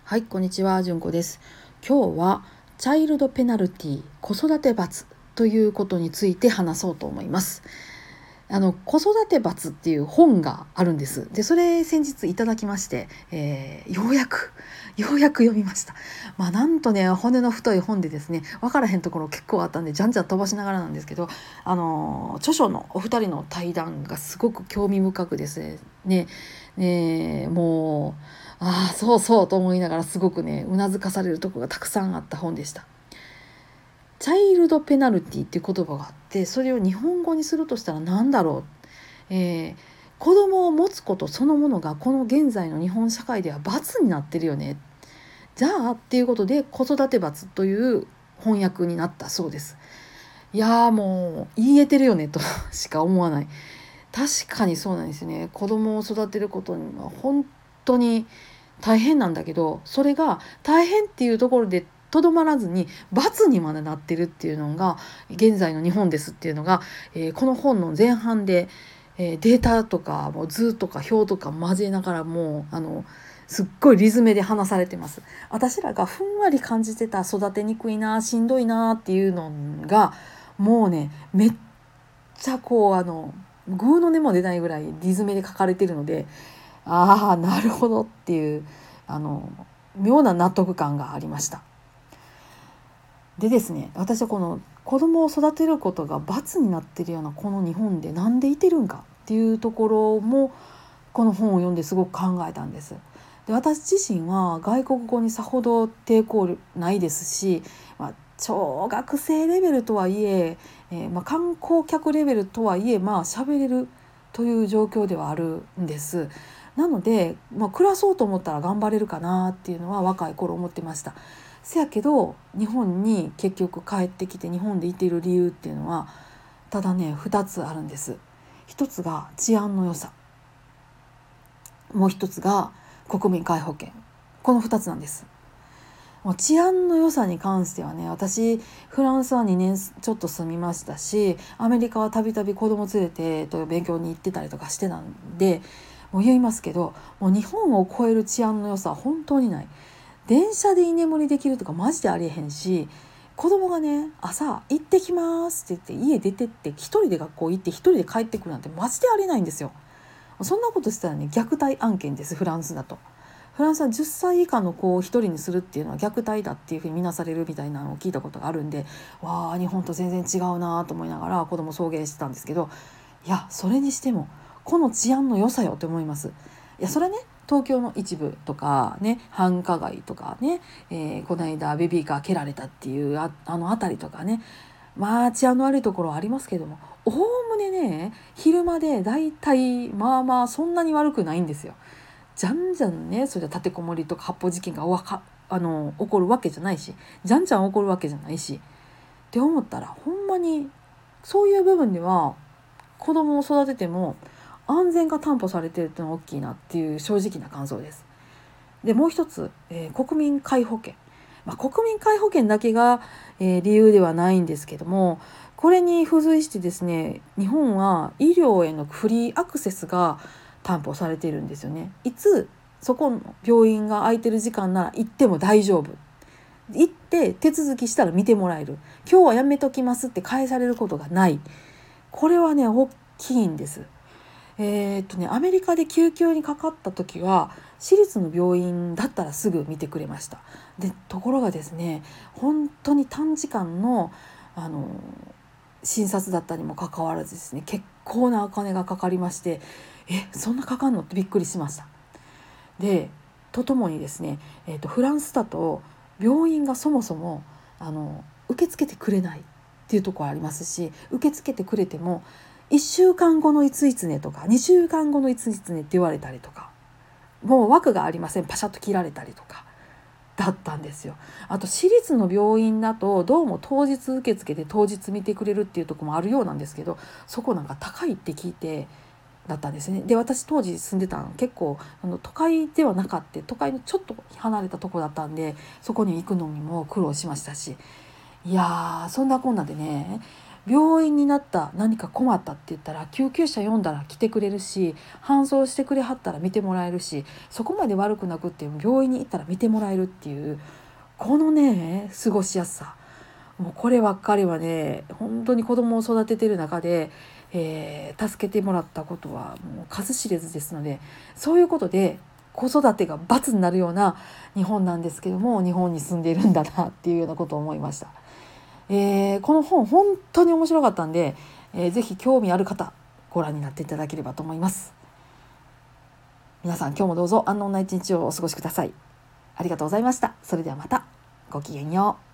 はい、こんにちは、じゅんこです。今日はチャイルドペナルティ、子育て罰ということについて話そうと思います。子育て罰っていう本があるんです。で、それ先日いただきまして、ようやく読みました。なんとね、骨の太い本でですね、分からへんところ結構あったんで、じゃんじゃん飛ばしながらなんですけど、著書のお二人の対談がすごく興味深くですね、もう、そうそうと思いながらすごくね、うなずかされるところがたくさんあった本でした。チャイルドペナルティっていう言葉があって、それを日本語にするとしたら何だろう、子供を持つことそのものがこの現在の日本社会では罰になってるよね。じゃあっていうことで子育て罰という翻訳になったそうです。いやもう言えてるよねとしか思わない。確かにそうなんですね。子供を育てることには本当に大変なんだけど、それが大変っていうところでとどまらずに罰にまでなってるっていうのが現在の日本ですっていうのが、この本の前半で、データとかもう図とか表とか交えながらもうすっごいリズムで話されてます。私らがふんわり感じてた育てにくいな、しんどいなっていうのがもうね、めっちゃこうグーの音も出ないぐらいリズムで書かれてるので、なるほどっていう妙な納得感がありました。でですね、私はこの子供を育てることが罰になってるようなこの日本でなんでいてるんかっていうところもこの本を読んですごく考えたんです。で、私自身は外国語にさほど抵抗ないですし、小学生レベルとはいえ観光客レベルとはいえ喋れるという状況ではあるんです。なので、暮らそうと思ったら頑張れるかなっていうのは若い頃思ってました。せやけど日本に結局帰ってきて日本でいている理由っていうのはただね2つあるんです。一つが治安の良さ、もう一つが国民皆保険。この2つなんです。もう治安の良さに関してはね、私フランスは2年ちょっと住みましたし、アメリカはたびたび子供連れて勉強に行ってたりとかしてたんで、もう言いますけど、もう日本を超える治安の良さは本当にない。電車で居眠りできるとかマジでありえへんし、子供がね朝行ってきますって言って家出てって一人で学校行って一人で帰ってくるなんてマジでありえないんですよ。そんなことしたらね虐待案件です。フランスだと。フランスは10歳以下の子を一人にするっていうのは虐待だっていうふうに見なされるみたいなのを聞いたことがあるんで、日本と全然違うなと思いながら子供送迎してたんですけど、いやそれにしてもこの治安の良さよって思います。いやそれはね東京の一部とかね繁華街とかね、この間ベビーカー蹴られたっていう辺りとかね、治安の悪いところはありますけども、おおむねね昼間でだいたいそんなに悪くないんですよ。じゃんじゃんねそれは立てこもりとか発砲事件が起こるわけじゃないし、じゃんじゃん起こるわけじゃないしって思ったら、ほんまにそういう部分では子供を育てても安全が担保されてるってのは大きいなっていう正直な感想です。でもう一つ、国民皆保険、国民皆保険だけが、理由ではないんですけども、これに付随してですね、日本は医療へのフリーアクセスが担保されているんですよね。いつそこの病院が空いてる時間なら行っても大丈夫、行って手続きしたら見てもらえる、今日はやめときますって返されることがない。これはね大きいんです。アメリカで救急にかかった時は私立の病院だったらすぐ見てくれました。でところがですね、本当に短時間の診察だったにもかかわらずですね、結構なお金がかかりまして、そんなかかんのってびっくりしました。でとともにですね、フランスだと病院がそもそも受け付けてくれないっていうところありますし、受け付けてくれても1週間後のいついつねとか2週間後のいついつねって言われたりとか、もう枠がありません、パシャッと切られたりとかだったんですよ。あと私立の病院だとどうも当日受付で当日見てくれるっていうところもあるようなんですけど、そこなんか高いって聞いてだったんですね。で私当時住んでたの結構都会ではなかった、都会のちょっと離れたとこだったんで、そこに行くのにも苦労しましたし、いやそんなこんなでね、 病院になった、何か困ったって言ったら救急車呼んだら来てくれるし、搬送してくれはったら見てもらえるし、そこまで悪くなくっても病院に行ったら見てもらえるっていう、このね過ごしやすさ、もうこればっかりはね本当に子供を育ててる中で、助けてもらったことはもう数知れずですので、そういうことで子育てが罰になるような日本なんですけども、日本に住んでいるんだなっていうようなことを思いました。この本本当に面白かったんで、ぜひ興味ある方ご覧になっていただければと思います。皆さん今日もどうぞ安穏な一日をお過ごしください。ありがとうございました。それではまた。ごきげんよう。